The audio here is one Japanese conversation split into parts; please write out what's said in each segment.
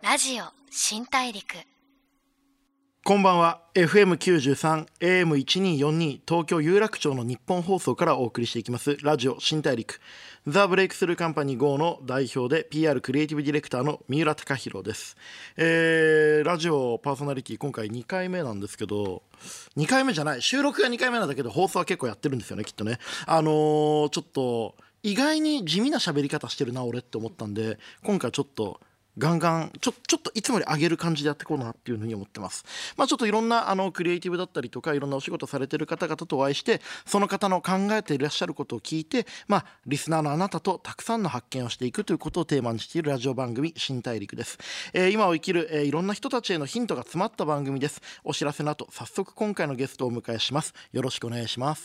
ラジオ新大陸。 こんばんは。 FM93 AM1242 東京有楽町の日本放送からお送りしていきますラジオ新大陸、ザ・ブレイクスルーカンパニー GO の代表で PR クリエイティブディレクターの三浦貴大です。ラジオパーソナリティ今回2回目なんですけど、2回目じゃない、収録が2回目なんだけど放送は結構やってるんですよね、きっとね。ちょっと意外に地味な喋り方してるな俺って思ったんで、今回ちょっとガンガンちょっといつもより上げる感じでやっていこうなっていうふうに思ってます。ちょっといろんなクリエイティブだったりとかいろんなお仕事されてる方々とお会いして、その方の考えていらっしゃることを聞いて、リスナーのあなたとたくさんの発見をしていくということをテーマにしているラジオ番組新大陸です。今を生きる、いろんな人たちへのヒントが詰まった番組です。お知らせの後早速今回のゲストをお迎えします。よろしくお願いします。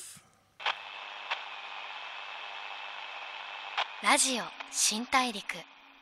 ラジオ新大陸。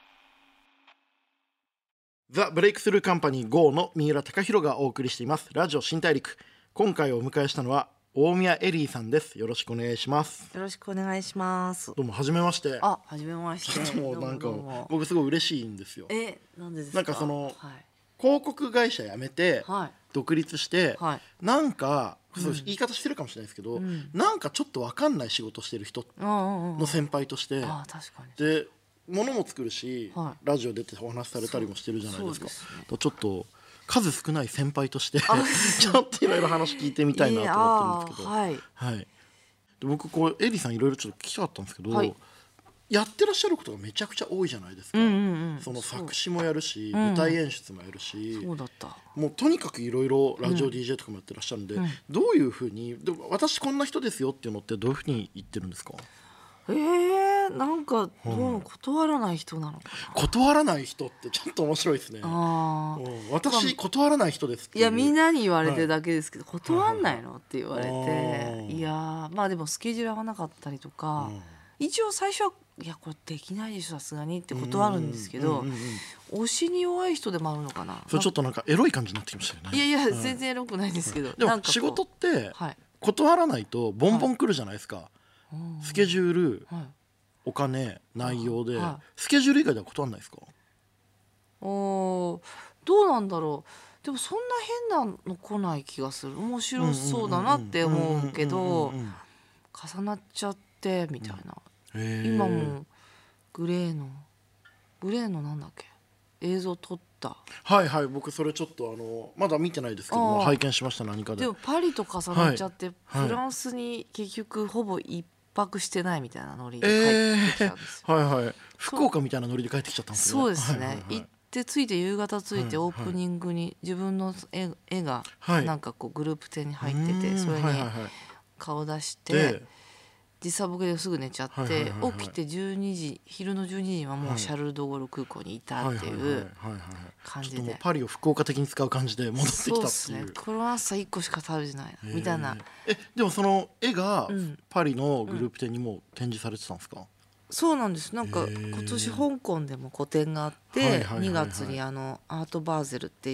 ザ・ブレイクスルーカンパニー GO の三浦貴大がお送りしていますラジオ新大陸。今回お迎えしたのは大宮エリーさんです。よろしくお願いします。 よろしくお願いします。 どうも初めまして。 はじめまして。 ちょっともうなんかどうも僕すごい嬉しいんですよ。 なんでですか。 なんかその、 はい広告会社辞めてはい独立して、 はいなんか、そう言い方してるかもしれないですけど、なんかちょっと分かんない仕事してる人の先輩として、 確かに。 で物も作るし、 はいラジオ出てお話しされたりもしてるじゃないですか。 そうですねちょっと数少ない先輩としてちょっといろいろ話聞いてみたいなと思ってるんですけど、はい、で僕エリーさんいろいろちょっと聞きたかったんですけど、 はいやってらっしゃることがめちゃくちゃ多いじゃないですか。その作詞もやるし、舞台演出もやるし、 そうだった。 もうとにかくいろいろラジオ DJ とかもやってらっしゃるんで、どういうふうにでも私こんな人ですよっていうのってどういうふうに言ってるんですか？ なんかどうも断らない人なのかな。 断らない人ってちょっと面白いですね。私断らない人ですっていう。 いやみんなに言われてるだけですけど、断んないのって言われて、いやでもスケジュール合わなかったりとか、一応最初はいやこれできないでしょさすがにって断るんですけど、推しに弱い人でもあるのかな。 それちょっとなんかエロい感じになってきましたよね。 いや全然エロくないですけど、 でも仕事ってはい断らないとボンボン来るじゃないですか。スケジュール、お金、内容で、スケジュール以外では断らないですか？ どうなんだろう。でもそんな変なの来ない気がする。面白そうだなって思うけど重なっちゃってみたいな。今もグレーのなんだっけ映像撮った。 はい僕それちょっとまだ見てないですけども拝見しました。何かででもパリと重なっちゃって、フランスに結局ほぼ一泊してないみたいなノリで帰ってきたんですよ。 福岡みたいなノリで帰ってきちゃったんですね。 そうですね、行って着いて夕方着いてオープニングに自分の絵がなんかこうグループ展に入ってて、それに顔出して時差ボケですぐ寝ちゃって、起きて12時昼の12時にはもうシャルル・ド・ゴール空港にいたっていう感じで、 ちょっともうパリを福岡的に使う感じで戻ってきたっていう。 そうですね。クロワッサン1個しか食べてないなみたいな。 でもその絵がパリのグループ展にも展示されてたんですか？ そうなんです。なんか今年香港でも個展があって、2月にアートバーゼルっていう、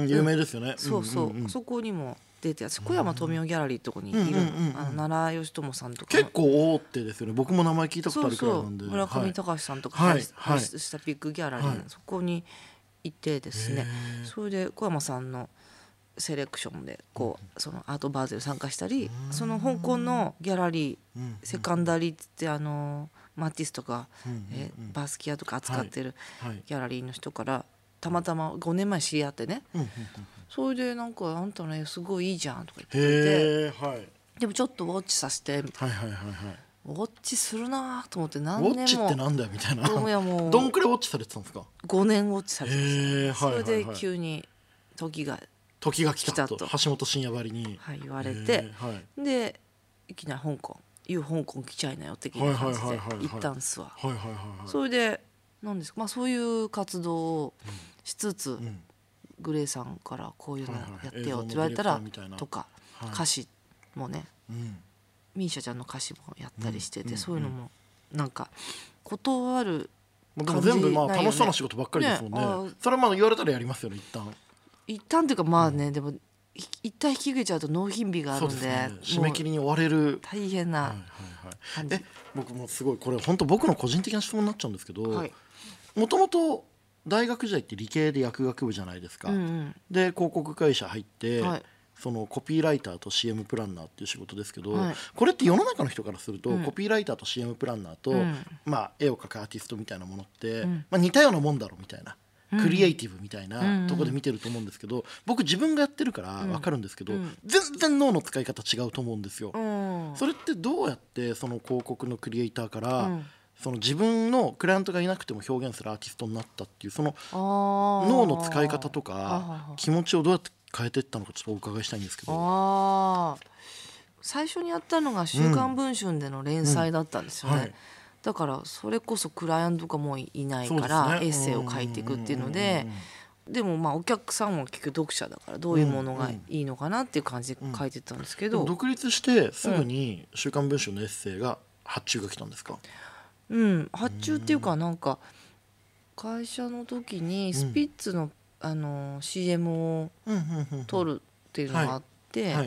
有名ですよね。 そうそこにも出て、小山富雄ギャラリーってとこにいる奈良義朝さんとか結構大手ですよね。僕も名前聞いたことあるくらいなんで。 村上隆さんとか輩出したビッグギャラリー、そこにいてですね、それで小山さんのセレクションでこうそのアートバーゼル参加したり、その香港のギャラリーセカンダリーってマティスとかバスキアとか扱ってるギャラリーの人からたまたま5年前知り合ってね、それでなんかあんたの絵すごいいいじゃんとか言ってくれて、でもちょっとウォッチさせてみたいな。ウォッチするなと思って、何年もウォッチってなんだよみたいな。 もうどんくらいウォッチされてたんですか ？5年ウォッチされてました。それで急に時が来たと橋本真也ばりに言われて、でいきなり香港来ちゃいなよ的な感じで行ったんすわ。それで何ですか、そういう活動をしつつ、グレーさんからこういうのやってよって言われたらとか、歌詞もね、ミーシャちゃんの歌詞もやったりしてて、そういうのもなんか断る感じないよね。 全部楽しそうな仕事ばっかりですもんね。それ言われたらやりますよね。 一旦っていうかでも一旦引き受けちゃうと納品日があるんで、 締め切りに追われる大変な感じ。 僕もすごいこれ本当僕の個人的な質問になっちゃうんですけど、もともと大学時代って理系で薬学部じゃないですか、で広告会社入って、そのコピーライターと CM プランナーっていう仕事ですけど、これって世の中の人からすると、コピーライターと CM プランナーと、絵を描くアーティストみたいなものって、似たようなもんだろみたいな、クリエイティブみたいなところで見てると思うんですけど、僕自分がやってるから分かるんですけど、全然脳の使い方違うと思うんですよ。それってどうやってその広告のクリエイターから、その自分のクライアントがいなくても表現するアーティストになったっていう、その脳の使い方とか気持ちをどうやって変えていったのか、ちょっとお伺いしたいんですけど。 最初にやったのが「週刊文春」での連載だったんですよね。だからそれこそクライアントがもういないからエッセイを書いていくっていうので、でもお客さんも結局読者だからどういうものがいいのかなっていう感じで書いてたんですけど、 独立してすぐに「週刊文春」のエッセイが発注が来たんですか？ 発注っていうか、なんか会社の時にスピッツのCM を撮るっていうのがあって、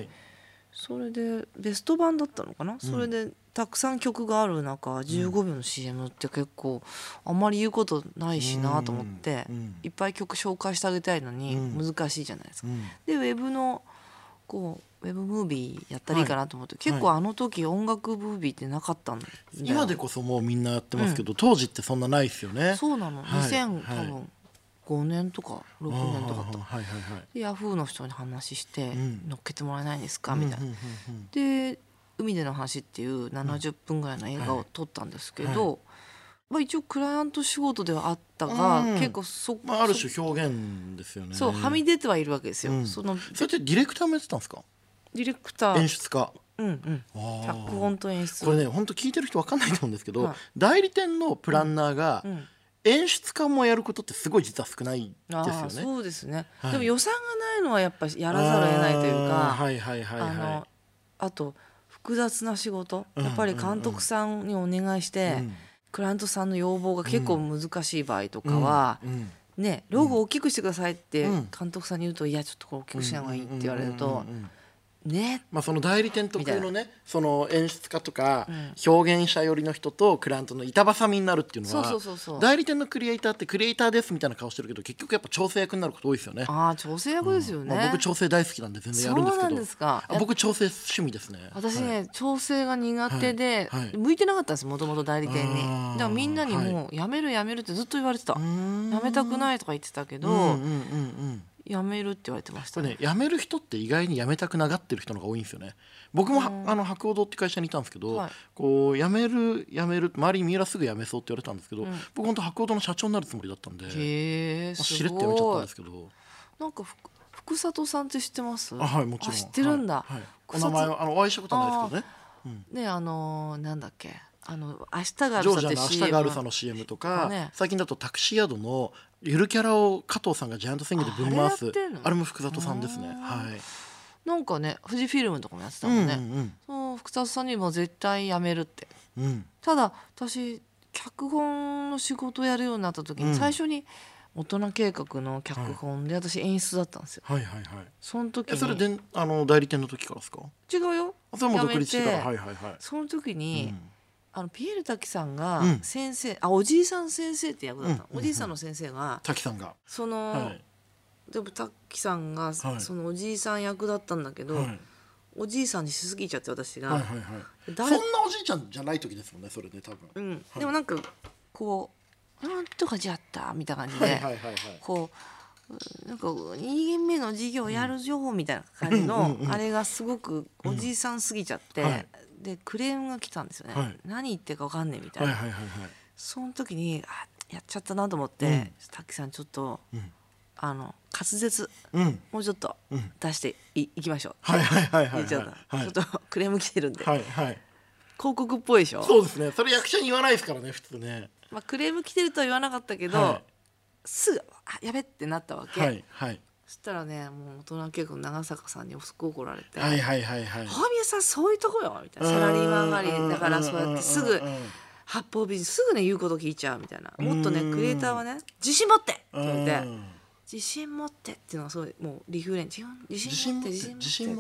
それでベスト版だったのかな、それでたくさん曲がある中15秒の CM って結構あんまり言うことないしなと思って、いっぱい曲紹介してあげたいのに難しいじゃないですか。でウェブのウェブムービーやったらいいかなと思って、結構あの時音楽ムービーってなかったんだよ。 今でこそもうみんなやってますけど、当時ってそんなないですよね。 そうなの、2005年とか6年とかと、でヤフーの人に話して乗っけてもらえないんですかみたいな。で海での話っていう70分ぐらいの映画を撮ったんですけど、一応クライアント仕事ではあったが、結構ある種表現ですよね。 そうはみ出てはいるわけですよ。それってディレクターもやってたんですか？ ディレクター、 演出家、 脚本と演出。 これね本当聞いてる人分かんないと思うんですけど、代理店のプランナーが演出家もやることってすごい実は少ないですよね。 そうですね、でも予算がないのはやっぱりやらざるを得ないというか、あと複雑な仕事、やっぱり監督さんにお願いして、クライアントさんの要望が結構難しい場合とかは、ね、ロゴを大きくしてくださいって監督さんに言うと、いやちょっとこれ大きくしない方がいいって言われると、ね、 その代理店特有のね、その演出家とか表現者寄りの人とクライアントの板挟みになるっていうのは、代理店のクリエイターってクリエイターですみたいな顔してるけど、結局やっぱ調整役になること多いですよね。 調整役ですよね。 僕調整大好きなんで全然やるんですけど。 そうなんですか。 僕調整趣味ですね。 私ね、調整が苦手で、向いてなかったんです、もともと代理店に。だからみんなにもうやめるやめるってずっと言われてた。やめたくないとか言ってたけど、やめるって言われてましたね。 やめる人って意外にやめたくながってる人の方が多いんですよね。僕も博報堂って会社にいたんですけど、こうやめる周りに三浦すぐやめそうって言われたんですけど、僕本当博報堂の社長になるつもりだったんで、しれっとやめちゃったんですけど。 なんか福里さんって知ってます？ はい、もちろん。 知ってるんだ。 お名前はお会いしたことないですけどね。 なんだっけ、明日があるさって CM、 ジョージアの明日があるさの CM とか、最近だとタクシー宿のゆるキャラを加藤さんがジャイアント宣言でぶん回す、あれも福里さんですね。 なんかね、富士フィルムとかもやってたもんね。そう、福里さんにも絶対やめるって。ただ私脚本の仕事をやるようになった時に、最初に大人計画の脚本で、私演出だったんですよ。その時にそれで代理店の時からですか？ 違うよ。 それも独立してから。 その時にピエール滝さんが先生、おじいさん先生って役だった、おじいさんの先生が滝さんがでも滝さんがそのおじいさん役だったんだけど、おじいさんにしすぎちゃって、私が、 そんなおじいちゃんじゃない時ですもんね、それで多分。 でもなんかこうなんとかじゃったみたいな感じで、こうなんか2限目の授業やるよみたいな感じのあれがすごくおじいさんすぎちゃって、でクレームが来たんですよね。何言ってるか分かんねえみたいな。その時にやっちゃったなと思って、滝さんちょっと滑舌もうちょっと出していきましょうって言っちゃった。ちょっとクレーム来てるんで、広告っぽいでしょ。 そうですね、それ役者に言わないですからね、普通ね。 クレーム来てるとは言わなかったけど、すぐやべってなったわけ。そしたらね、もう大人計画の長坂さんにすごい怒られて、大宮さんそういうとこよみたいな、サラリーマン上がりだからそうやってすぐ八方美人すぐね言うこと聞いちゃうみたいな、もっとねクリエイターはね自信持ってって言われて、自信持ってっていうのはすごいもうリフレン自信持って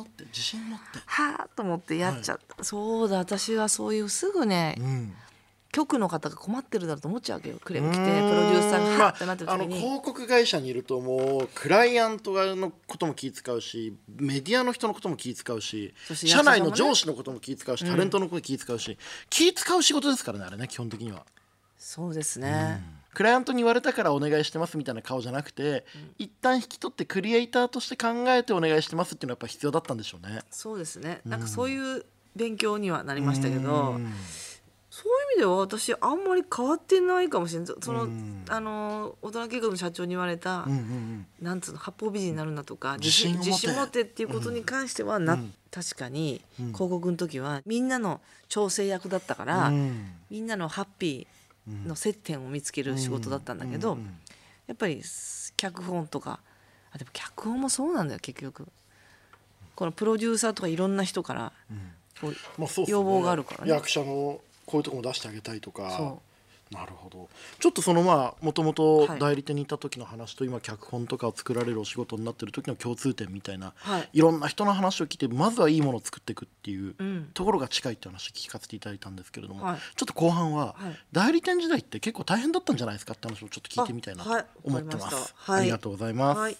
はあと思ってやっちゃった。そうだ、私はそういうすぐね、 局の方が困ってるだろうと思っちゃうわけよ。クレーム来てプロデューサーがハッってなってる時に、 広告会社にいるともうクライアントのことも気遣うし、メディアの人のことも気遣うし、 そして社内の役者さんもね上司のことも気遣うし、タレントのことも気遣うし、気遣う仕事ですからね、あれね、基本的には。 そうですね、 クライアントに言われたからお願いしてますみたいな顔じゃなくて、一旦引き取ってクリエイターとして考えてお願いしてますっていうのはやっぱ必要だったんでしょうね。 そうですね、なんかそういう勉強にはなりましたけど、そういう意味では私あんまり変わってないかもしれない。その、大人計画の社長に言われた、なんつうの、八方美人になるなとか自信持てっていうことに関しては確かに広告の時はみんなの調整役だったから、みんなのハッピーの接点を見つける仕事だったんだけど、やっぱり脚本とか、でも脚本もそうなんだよ結局。このプロデューサーとかいろんな人からこう要望があるからね。 役者のこういうとこも出してあげたいとか。なるほど。ちょっとそのもともと代理店にいた時の話と今脚本とかを作られるお仕事になってる時の共通点みたいな、いろんな人の話を聞いてまずはいいものを作っていくっていうところが近いって話聞かせていただいたんですけれども、ちょっと後半は代理店時代って結構大変だったんじゃないですかって話をちょっと聞いてみたいなと思ってます。ありがとうございます。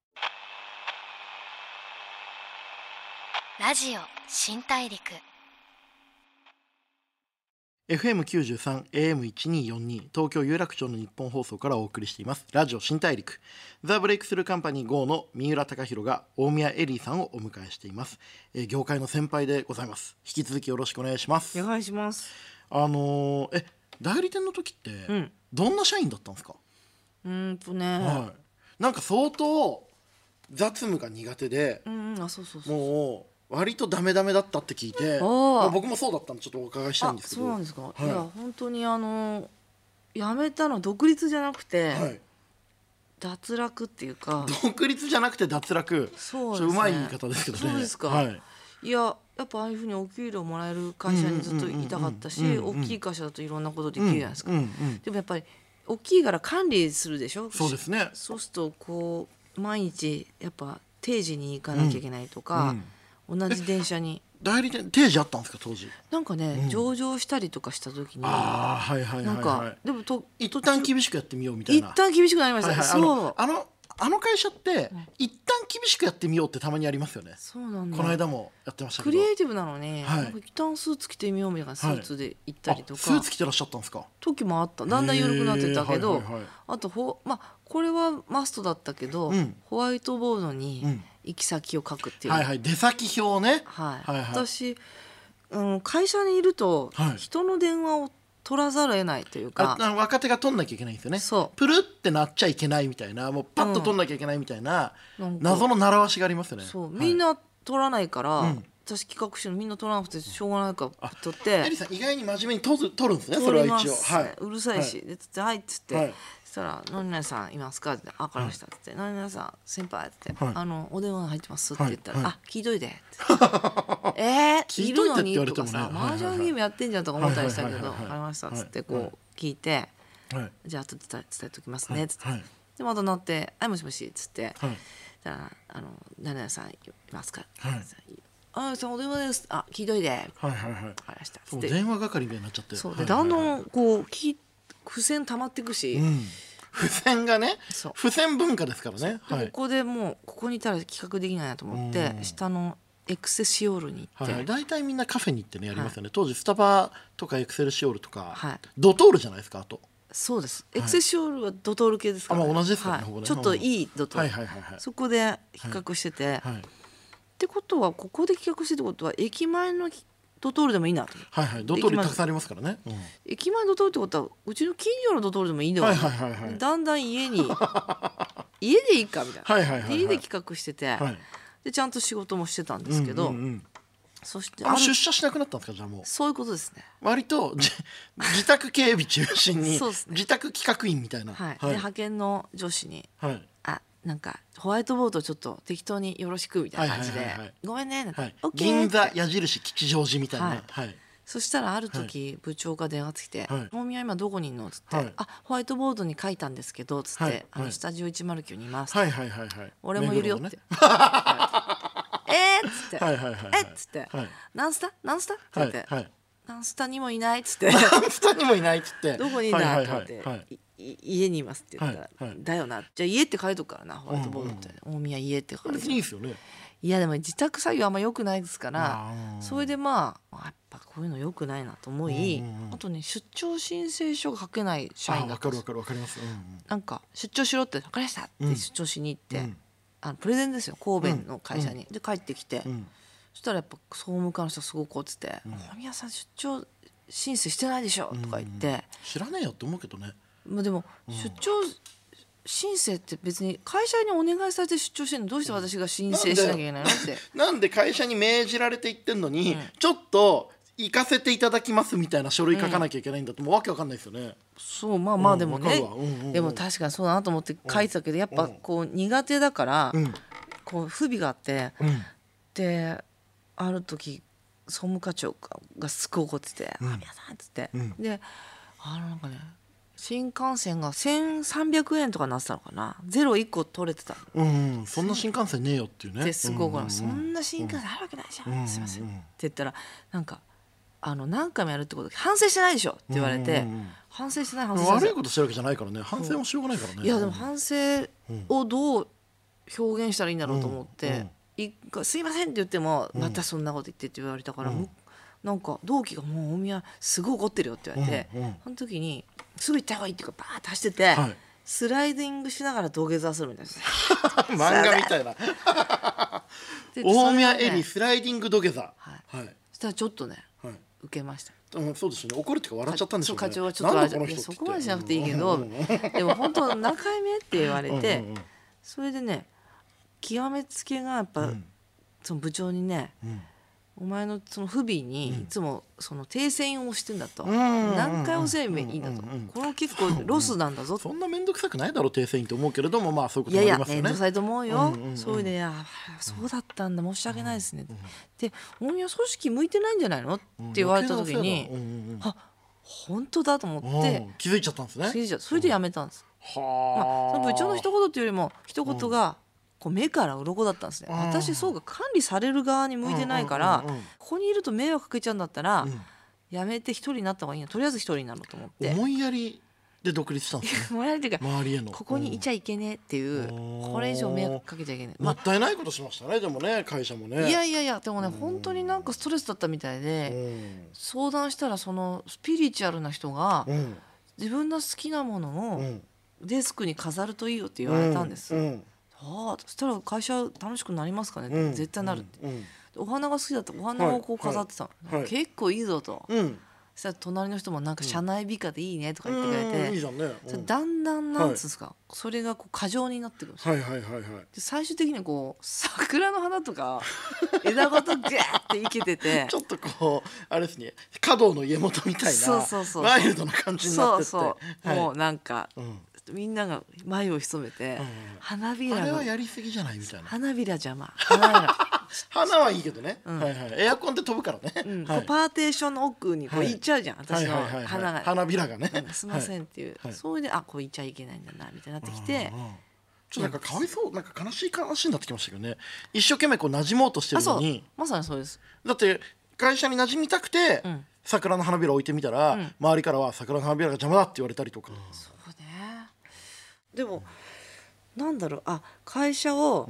ラジオ新大陸。 FM93 AM1242 東京有楽町の日本放送からお送りしていますラジオ新大陸。ザ・ブレイクスルーカンパニー GO の三浦貴大が大宮エリーさんをお迎えしています。業界の先輩でございます。引き続きよろしくお願いします。 お願いします。 代理店の時ってどんな社員だったんですか？なんか相当雑務が苦手で、もう割とダメダメだったって聞いて、僕もそうだったんでちょっとお伺いしたいんですけど。 そうなんですか。いや本当に辞めたの独立じゃなくて、脱落っていうか。 独立じゃなくて脱落。 そうですね。 うまい言い方ですけどね。 そうですか。いややっぱああいうふうにお給料もらえる会社にずっといたかったし、大きい会社だといろんなことできるじゃないですか。でもやっぱり大きいから管理するでしょ。 そうですね。 そうするとこう毎日やっぱ定時に行かなきゃいけないとか。同じ電車に代理店定時あったんですか当時？ なんかね、上場したりとかした時になんかでも一旦厳しくやってみようみたいな。 一旦厳しくなりました。そうあの会社って一旦厳しくやってみようってたまにありますよね。 そうなんだ。 この間もやってましたけど。 クリエイティブなのに一旦スーツ着てみようみたいなスーツで行ったりとか。 スーツ着てらっしゃったんですか？ 時もあった。だんだん緩くなってたけど、あとこれはマストだったけど、ホワイトボードに行き先を書くっていう、 出先表ね。 私、会社にいると人の電話を取らざるを得ないというか、 若手が取んなきゃいけないんですよね。プルってなっちゃいけないみたいな、もうパッと取んなきゃいけないみたいな、謎の習わしがありますよね。 みんな取らないから、私企画してるのみんな取らなくてしょうがないから取って。 エリさん意外に真面目に取るんですね。それは一応うるさいし、でつってはいっつって、そしたら「何々さんいますか?」って「あ、分かりました」っつって「何々さん先輩」って「お電話入ってます」って言ったら「あ、聞いといて」っているのにとかさ、麻雀ゲームやってんじゃんとか思ったりしたけど「分かりました」っつってこう聞いて「じゃあ後で伝えときますね」っつってでまたなって「はいもしもし」っつって「何々さんいますか?」あ、さんお電話です。あ、聞いといて。わかりました。 電話係みたいになっちゃって。 そうでだんだんこう付箋溜まっていくし、 付箋がね、付箋文化ですからね。 ここでもうここにいたら企画できないなと思って下のエクセシオールに行って、 大体みんなカフェに行ってねやりますよね。当時スタバとかエクセルシオールとかドトールじゃないですか。あとそうです。エクセシオールはドトール系ですから。 同じですかね。 ちょっといいドトール。そこで企画してて。ってことはここで企画してってことは駅前のドトールでもいいなと。 ドトールたくさんありますからね。 駅前のドトールってことはうちの近所のドトールでもいいのかな。だんだん家でいいかみたいな。家で企画してて、でちゃんと仕事もしてたんですけど、そして出社しなくなったんですか？じゃあもうそういうことですね。 割と自宅警備中心に自宅企画員みたいな。 で派遣の上司になんかホワイトボードちょっと適当によろしくみたいな感じでごめんね銀座矢印吉祥寺みたいな。 そしたらある時部長が電話つきて「大宮今どこにいんの?」っつって「あ、ホワイトボードに書いたんですけど」っつって「スタジオ109にいます」俺もいるよ」って「っつって「えっ?」つって「何スタ?」って言ってナンスタにもいないっつって下にもいないっつってどこにいんだって言って、 はいはい家にいますって言ったら、 はいはい、 だよな、じゃあ家って書いとくからなホワイトボードって、大宮家って書いて別にいいですよね。 いやでも自宅作業あんま良くないですから、それでまあやっぱこういうの良くないなと思い、あとね出張申請書が書けない社員だったんです。 わかります、 なんか出張しろって分かりましたって出張しに行って、プレゼンですよ神戸の会社に、で帰ってきて、そしたらやっぱ総務課の人すごく怒ってて「大宮さん出張申請してないでしょ」とか言って、 知らねえよって思うけどね。 まあでも出張申請って別に会社にお願いされて出張してるのどうして私が申請しなきゃいけないのってなんで会社に命じられて言ってんのに、ちょっと行かせていただきますみたいな書類書かなきゃいけないんだともうわけわかんないですよね。 そうまあまあでもね、でも確かにそうだなと思って書いてたけど、やっぱこう苦手だから、こう不備があって、である時総務課長がすごい怒ってて「皆さん」っつって、でなんかね新幹線が1300円とかなってたのかな、ゼロ1個取れてた、 そんな新幹線ねえよっていうね。 ですごく、そんな新幹線あるわけないじゃん、すいませんって言ったら、なんか何回もやるってこと反省してないでしょって言われて、反省してない反省してない、 悪いことしてるわけじゃないからね、反省もしょうがないからね。 いやでも反省をどう表現したらいいんだろうと思って、すいませんって言ってもまたそんなこと言ってって言われたから、なんか同期がもう大宮すごい怒ってるよって言われて、その時にすぐ行った方がいいっていうかバーッと走ってて、スライディングしながら土下座するみたいな漫画みたいな大宮エリスライディング土下座、 そしたらちょっとね、受けました。 そうですよね、怒るっていうか笑っちゃったんでしょうね。 課長はちょっとそこまでしなくていいけど、でも本当何回目って言われて、それでね極めつけがやっぱその部長にね、お前のその不備にいつもその訂正をしてんだと、何回押せばいいんだと、これ結構ロスなんだぞ、 そんな面倒くさくないだろう訂正員って思うけれども、まあそういうこともありますよね。 いやいや面倒くさいと思うよ、それでそうだったんだ申し訳ないですね、で大宮組織向いてないんじゃないのって言われた時に、本当だと思って気づいちゃったんですね。 それでやめたんです。その部長の一言っていうよりも一言がこう目から鱗だったんですね。私そうか管理される側に向いてないから、ここにいると迷惑かけちゃうんだったら、やめて一人になった方がいいな、とりあえず一人になろうと思って、 思いやりで独立したんですね。 思いやりっていうか周りへのここにいちゃいけねえっていう、これ以上迷惑かけちゃいけない、 もったいないことしましたね。でもね会社もね、 いやでもね本当になんかストレスだったみたいで、相談したらそのスピリチュアルな人が、自分の好きなものをデスクに飾るといいよって言われたんです。そしたら会社楽しくなりますかね、絶対なるって、お花が好きだったらお花をこう飾ってたの、結構いいぞと、そしたら隣の人もなんか社内美化でいいねとか言ってくれて、 いいじゃんね、 だんだんなんつうんですか、それがこう過剰になってくるんですよ。で最終的にこう桜の花とか枝ごとガーって生けててちょっとこうあれですね、華道の家元みたいなワイルドな感じになってって、 もうなんか、みんなが眉を潜めて、花びらあれはやりすぎじゃないみたいな、 花びら邪魔花はいいけどね、エアコンって飛ぶからね、 パーテーションの奥にこう行っちゃうじゃん、私の花が、 花びらがね、 すいませんっていう、それでこう行っちゃいけないんだなみたいになってきて、 ちょっとなんかかわいそう、なんか悲しい話になってきましたけどね。一生懸命こう馴染もうとしてるのに、 まさにそうです。 だって会社に馴染みたくて、桜の花びら置いてみたら、周りからは桜の花びらが邪魔だって言われたりとか、 そうね。でもなんだろう、会社を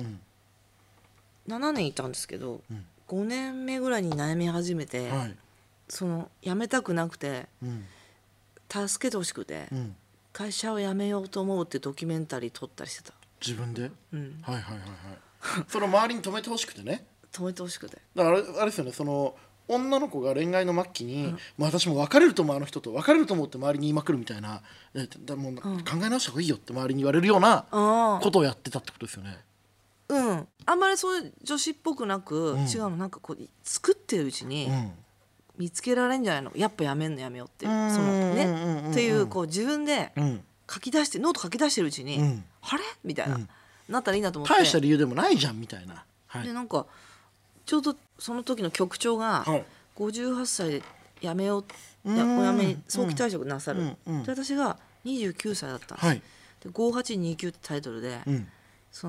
7年いたんですけど、5年目ぐらいに悩み始めて、その辞めたくなくて、助けてほしくて、会社を辞めようと思うってドキュメンタリー撮ったりしてた。 自分で、それを周りに止めてほしくてね。 止めてほしくて、 だからあれですよね、その女の子が恋愛の末期に、私も別れると思う、あの人と別れると思うって周りに言いまくるみたいな、もう考え直した方がいいよって周りに言われるようなことをやってたってことですよね。 あんまりそういう女子っぽくなく、違うの、なんかこう作ってるうちに、見つけられんじゃないの、やっぱやめんのやめようっていう、そのねっていうこう自分で書き出して、ノート書き出してるうちに、あれみたいな、なったらいいなと思って、 大した理由でもないじゃんみたいな、 でなんかちょうどその時の局長が58歳で辞めよう、お辞め早期退職なさる、で私が29歳だったんです、で5829ってタイトルで、その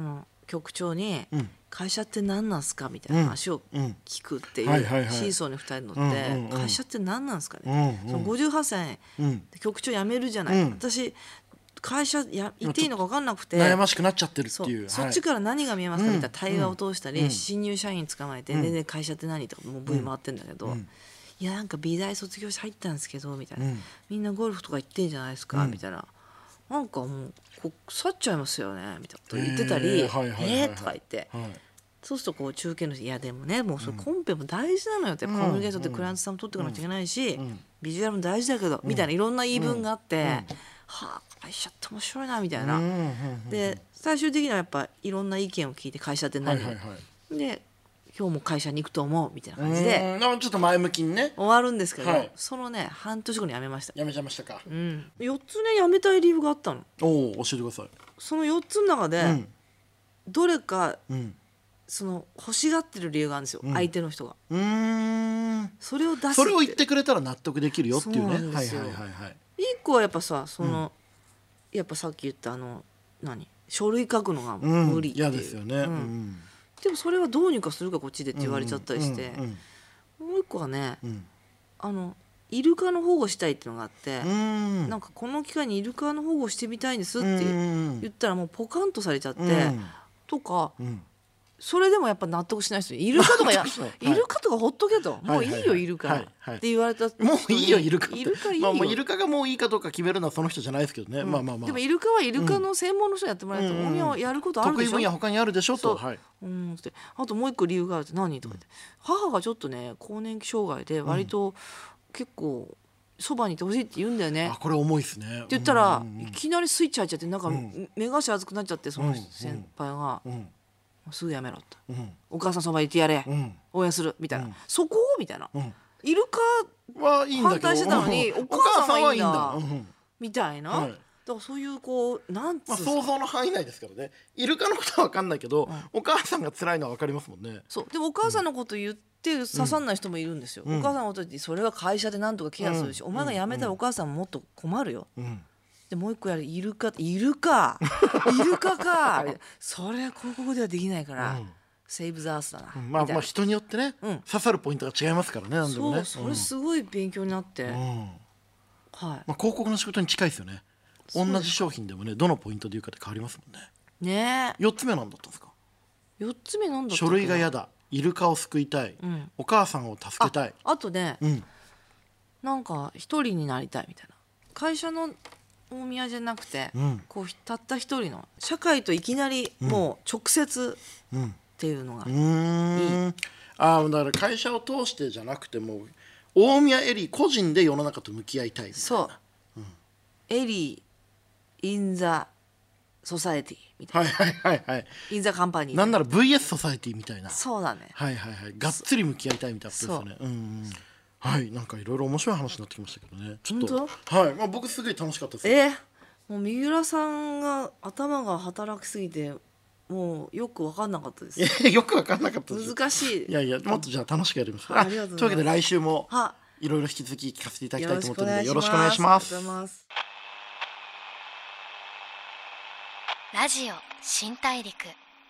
局長にうん会社って何なんすかみたいな話を聞くっていう、 はいはいはいシーソーに2人乗って、 うんうんうん会社って何なんすかね、 うんその58歳うんで局長辞めるじゃない、 うん私会社行っていいのか分かんなくて、 悩ましくなっちゃってるってそういうそっちから何が見えますかみたいな対話を通したり、 うん新入社員捕まえて、 うんで会社って何とかもう V 回ってんだけど、 うんいやなんか美大卒業して入ったんですけどみたいな、 うんみんなゴルフとか行ってんじゃないですか、 うんみたいな、なんかもう腐っちゃいますよねみたいなこと言ってたり、 はいはいはいはいとか言って、 はいそうするとこう中堅の人いやでもねもうそれコンペも大事なのよって、コミュニケーションってクライアントさんも取っていかなきゃいけないし、 んビジュアルも大事だけど、みたいないろんな言い分があって、はあ会社って面白いなみたいな、で最終的にはやっぱいろんな意見を聞いて会社って何、 はいはいはいで今日も会社に行くと思うみたいな感じでちょっと前向きにね終わるんですけど、 はいそのね半年後に辞めました。 やめちゃいましたか。 4つね辞めたい理由があったの。 おお教えてください。 その4つの中で、 うんどれかうんその欲しがってる理由があるんですよ、相手の人が。 うーんそれを出すってそれを言ってくれたら納得できるよっていうそうなね。はいはいんですよはいはい。 一個はやっぱさその、やっぱさっき言った書類書くのが無理っていう、 嫌ですよね。うんでもそれはどうにかするかこっちでって言われちゃったりして、 うんもう一個はねうんイルカの保護したいっていうのがあって、 うんなんかこの機会にイルカの保護してみたいんですってうん言ったらもうポカンとされちゃって、 うんとかうんそれでもやっぱ納得しない人イルカとかはいイルカとかほっとけと、もういいよイルカ、 はいはいって言われた人にもういいよイルカって。 イルカいいよ、 まあイルカがもういいかどうか決めるのはその人じゃないですけどね。まあまあまあ。 でもイルカはイルカの専門の人やってもらえると、大宮はやることあるでしょ、 得意分野他にあるでしょそうと。はい。 ってあともう一個理由があるって何とか言って、母がちょっとね更年期障害で割と結構そばにいてほしいって言うんだよね、ってあこれ重いですね。って言ったら、いきなりスイッチ入っちゃってなんか、 ん目頭熱くなっちゃってその先輩が、 うんすぐやめろと、 うんお母さんそばにいてやれ、 うん応援するみたいな、そこみたいな、 うんイルカはいいんだけど。 反対してたのにうんお母さんはいいんだお母さんはいいんだ。うんみたいな、 はいだからそういうこうなんつうまあんですか想像の範囲内ですからね。イルカのことは分かんないけど、お母さんが辛いのは分かりますもんね。 そうでもお母さんのこと言って刺さんない人もいるんですよ、お母さんのこと言ってそれは会社でなんとかケアするし、お前が辞めたらお母さんももっと困るよ、 うんでもう一個やるイルカかイルカかそれは広告ではできないから、セーブ・ザ・アースだな、 まあみたいなまあ人によってね、 うん刺さるポイントが違いますからね。なんでもね。 そうそれすごい勉強になって、 うんはいまあ広告の仕事に近いですよね。同じ商品でもねどのポイントで言うかって変わりますもんね。 ねえ 4つ目なんだったんですか。 4つ目なんだったっけ書類が嫌だ、イルカを救いたい、 んお母さんを助けたい。 あとね、 うんなんか一人になりたいみたいな会社の大宮じゃなくて、 うんこうたった一人の社会といきなりもう直接うんっていうのが、 だから会社を通してじゃなくても大宮エリー個人で世の中と向き合いたいみたいな。 そう、エリー・イン・ザ・ソサエティみたいはいはいはいはい。 なイン・ザ・カンパニーなんなら VS ソサエティみたいな。 そうだねはいはいはい。がっつり向き合いたいみたいなことですよね。はいなんかいろいろ面白い話になってきましたけどね。ちょっとはいまあ僕すごい楽しかったです。 もう三浦さんが頭が働きすぎてもうよく分かんなかったですよく分かんなかったです。 難しいいやいやもっとじゃあ楽しくやります。 ありがとうございますというわけで来週もはいろいろ引き続き聞かせていただきたいと思ってるのでよよろしろしくお願いしくお願いしまますす。 ラジオ新大陸。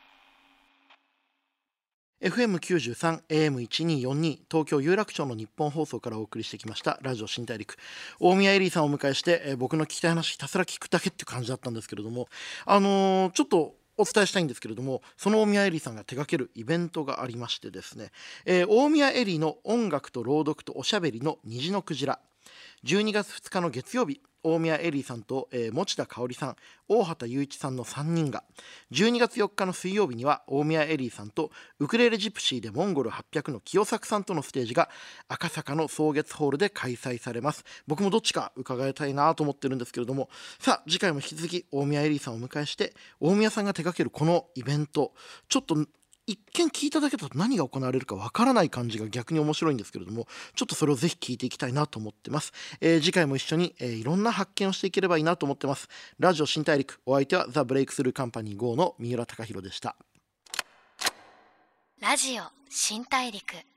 FM93 AM1242 東京有楽町の日本放送からお送りしてきましたラジオ新大陸、大宮エリーさんをお迎えして、僕の聞きたい話ひたすら聞くだけっていう感じだったんですけれども、ちょっとお伝えしたいんですけれども、その大宮エリーさんが手掛けるイベントがありましてですね、大宮エリーの音楽と朗読とおしゃべりの虹のクジラ、12月2日の月曜日、大宮エリーさんと、持田香織さん、大畑雄一さんの3人が、12月4日の水曜日には大宮エリーさんとウクレレジプシーでモンゴル800の清作さんとのステージが赤坂の草月ホールで開催されます。僕もどっちか伺いたいなと思ってるんですけれども、さあ次回も引き続き大宮エリーさんをお迎えして、大宮さんが手掛けるこのイベント、ちょっと一見聞いただけだと何が行われるかわからない感じが逆に面白いんですけれども、ちょっとそれをぜひ聞いていきたいなと思ってます。次回も一緒に、いろんな発見をしていければいいなと思ってます。ラジオ新大陸、お相手はザ・ブレイクスルーカンパニー GO の三浦貴大でした。 ラジオ新大陸。